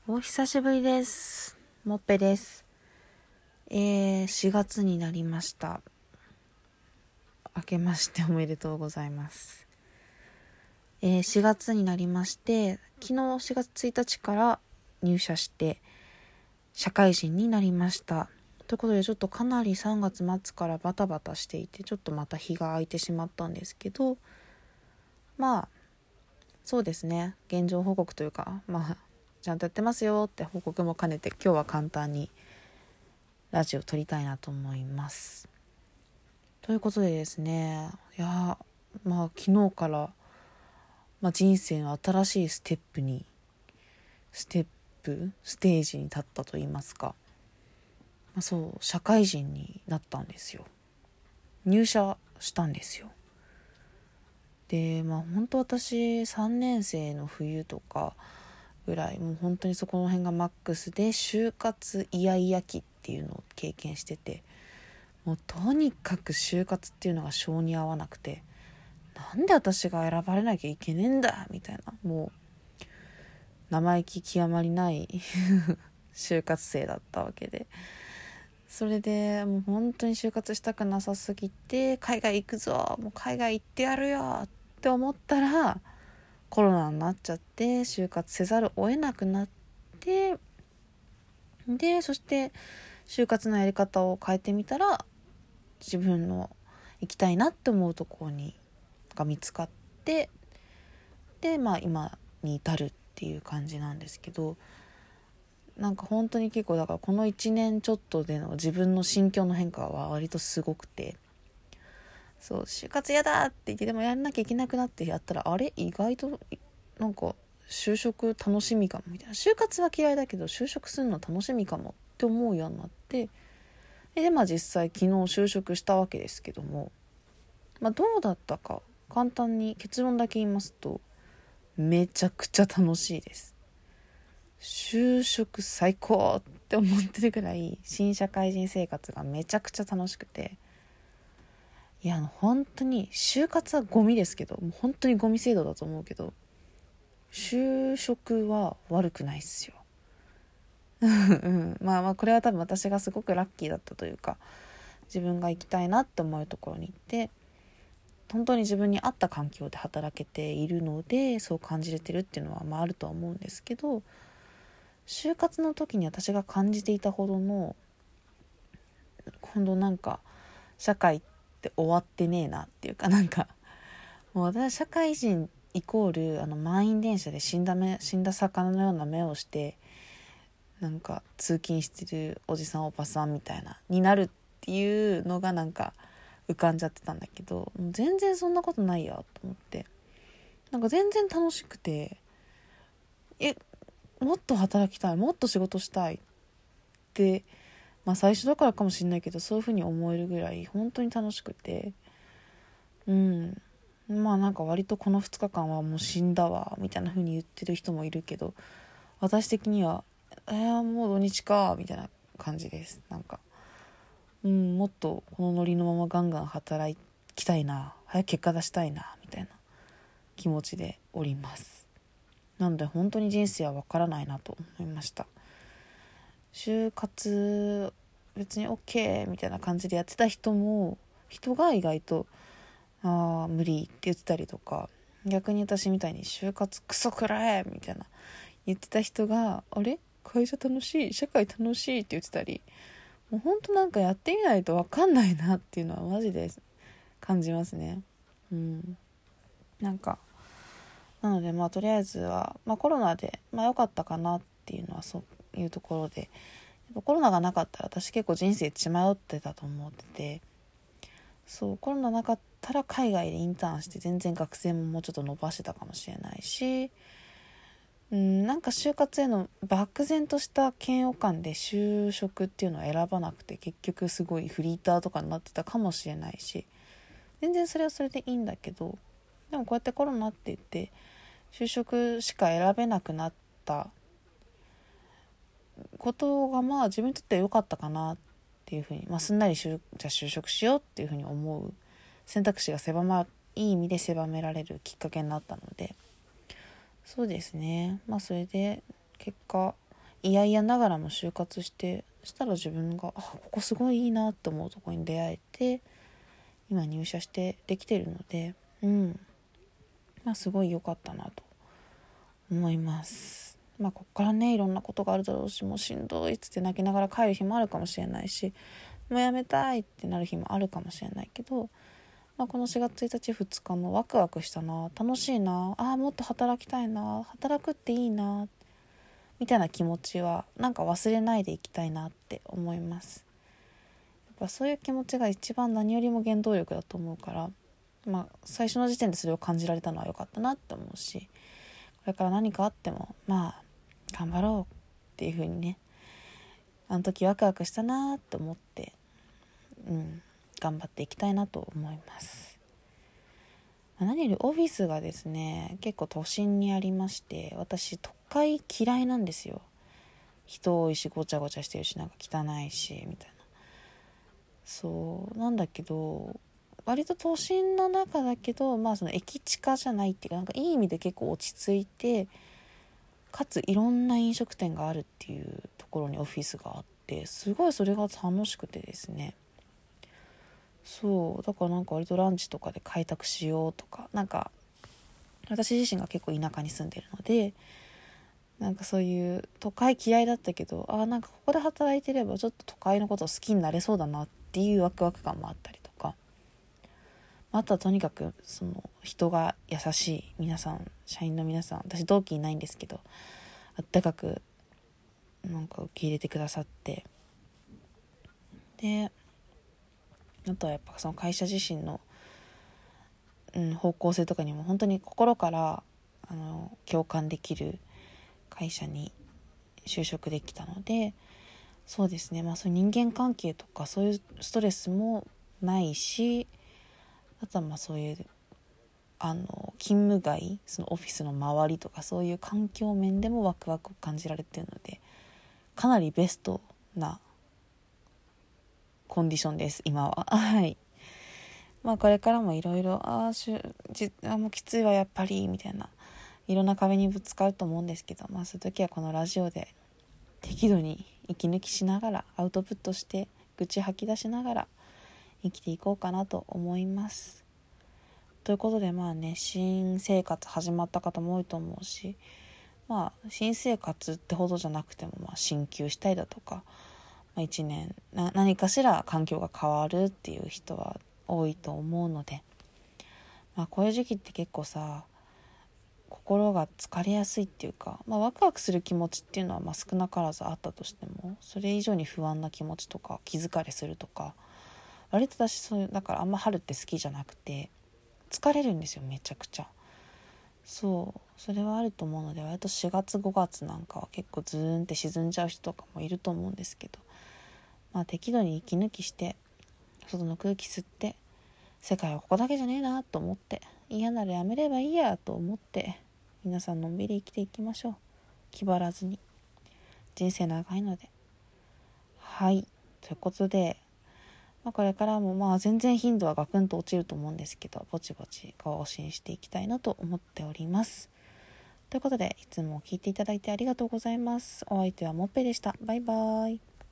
お久しぶりです。もっぺです。4月になりました。明けましておめでとうございます。4月になりまして、昨日4月1日から入社して社会人になりました。ということでちょっとかなり3月末からバタバタしていて、ちょっとまた日が空いてしまったんですけど、そうですね、現状報告というか、ちゃんとやってますよって報告も兼ねて、今日は簡単にラジオ撮りたいなと思います。ということでですね、昨日から、人生の新しいステージに立ったと言いますか、社会人になったんですよ。入社したんですよ。で、本当私3年生の冬とかぐらい、もう本当にそこの辺がマックスで、就活イヤイヤ期っていうのを経験してて、もうとにかく就活っていうのが性に合わなくて、なんで私が選ばれなきゃいけねえんだみたいな、もう生意気極まりない就活生だったわけで、それでもう本当に就活したくなさすぎて、海外行くぞ、もう海外行ってやるよって思ったらコロナになっちゃって、就活せざるを得なくなって、でそして就活のやり方を変えてみたら、自分の行きたいなって思うところが見つかって、で今に至るっていう感じなんですけど、本当に結構だからこの1年ちょっとでの自分の心境の変化は割とすごくて、就活やだって言って、でもやんなきゃいけなくなってやったら、あれ意外と就職楽しみかもみたいな、就活は嫌いだけど就職するの楽しみかもって思うようになって、で実際昨日就職したわけですけども、どうだったか簡単に結論だけ言いますと、めちゃくちゃ楽しいです。就職最高って思ってるぐらい新社会人生活がめちゃくちゃ楽しくて、本当に就活はゴミですけど、もう本当にゴミ制度だと思うけど、就職は悪くないっすよこれは多分私がすごくラッキーだったというか、自分が行きたいなって思うところに行って、本当に自分に合った環境で働けているので、そう感じれてるっていうのはあるとは思うんですけど、就活の時に私が感じていたほどの、社会って終わってねえなっていうか、もう私は社会人イコール満員電車で死んだ魚のような目をして通勤してるおじさんおばさんみたいなになるっていうのが浮かんじゃってたんだけど、もう全然そんなことないやと思って、全然楽しくて、もっと働きたい、もっと仕事したいって、最初だからかもしれないけど、そういう風に思えるぐらい本当に楽しくて、割とこの2日間はもう死んだわみたいな風に言ってる人もいるけど、私的にはもう土日かみたいな感じです。もっとこのノリのままガンガン働きたいな、早く結果出したいなみたいな気持ちでおります。なので本当に人生はわからないなと思いました。就活別に OK みたいな感じでやってた人が意外と無理って言ってたりとか、逆に私みたいに就活クソくらえみたいな言ってた人が、あれ会社楽しい、社会楽しいって言ってたり、もうほんとやってみないと分かんないなっていうのはマジで感じますね。なのでとりあえずは、コロナで良かったかなっていうのはそういうところで、コロナがなかったら私結構人生血迷ってたと思ってて、コロナなかったら海外でインターンして全然学生ももうちょっと伸ばしてたかもしれないし、就活への漠然とした嫌悪感で就職っていうのを選ばなくて、結局すごいフリーターとかになってたかもしれないし、全然それはそれでいいんだけど、でもこうやってコロナって言って就職しか選べなくなったことが自分にとっては良かったかなっていうふうに、すんなりじゃあ就職しようっていうふうに思う選択肢がいい意味で狭められるきっかけになったので、そうですね。それで結果嫌々ながらも就活してしたら自分がここすごいいいなって思うところに出会えて今入社してできてるので、すごい良かったなと思います。こっからねいろんなことがあるだろうし、もうしんどいっつって泣きながら帰る日もあるかもしれないし、もうやめたいってなる日もあるかもしれないけど、この4月1日2日のワクワクしたな、楽しいな、もっと働きたいな、働くっていいなみたいな気持ちは忘れないでいきたいなって思います。やっぱそういう気持ちが一番何よりも原動力だと思うから、最初の時点でそれを感じられたのは良かったなって思うし、これから何かあっても頑張ろうっていう風にね、あの時ワクワクしたなって思って頑張っていきたいなと思います。何よりオフィスがですね結構都心にありまして、私都会嫌いなんですよ。人多いしごちゃごちゃしてるし汚いしみたいな。そうなんだけど割と都心の中だけどその駅近じゃないっていうかいい意味で結構落ち着いて、かついろんな飲食店があるっていうところにオフィスがあって、すごいそれが楽しくてですね。そうだから割とランチとかで開拓しようとか、私自身が結構田舎に住んでるのでそういう都会嫌いだったけどここで働いてればちょっと都会のことを好きになれそうだなっていうワクワク感もあったりとか、あとはとにかくその人が優しい皆さん、社員の皆さん、私同期いないんですけどあったかく受け入れてくださって、であとはやっぱその会社自身の、方向性とかにも本当に心から共感できる会社に就職できたので、そうですね、そういう人間関係とかそういうストレスもないし、あとはそういう勤務外そのオフィスの周りとかそういう環境面でもワクワクを感じられているので、かなりベストなコンディションです今は。はい。これからもいろいろもうきついわやっぱりみたいないろんな壁にぶつかると思うんですけど、そういう時はこのラジオで適度に息抜きしながらアウトプットして愚痴吐き出しながら生きていこうかなと思います。ということで新生活始まった方も多いと思うし、新生活ってほどじゃなくても進級したいだとか、1年何かしら環境が変わるっていう人は多いと思うので、こういう時期って結構心が疲れやすいっていうか、ワクワクする気持ちっていうのは少なからずあったとしても、それ以上に不安な気持ちとか気疲れするとか、割と私だからあんま春って好きじゃなくて疲れるんですよめちゃくちゃ。それはあると思うので、割と4月5月なんかは結構ズーンって沈んじゃう人とかもいると思うんですけど、適度に息抜きして外の空気吸って、世界はここだけじゃねえなと思って、嫌ならやめればいいやと思って皆さんのんびり生きていきましょう。気張らずに。人生長いので。はい、ということでこれからも全然頻度はガクンと落ちると思うんですけど、ぼちぼち更新していきたいなと思っております。ということでいつも聞いていただいてありがとうございます。お相手はもっぺでした。バイバイ。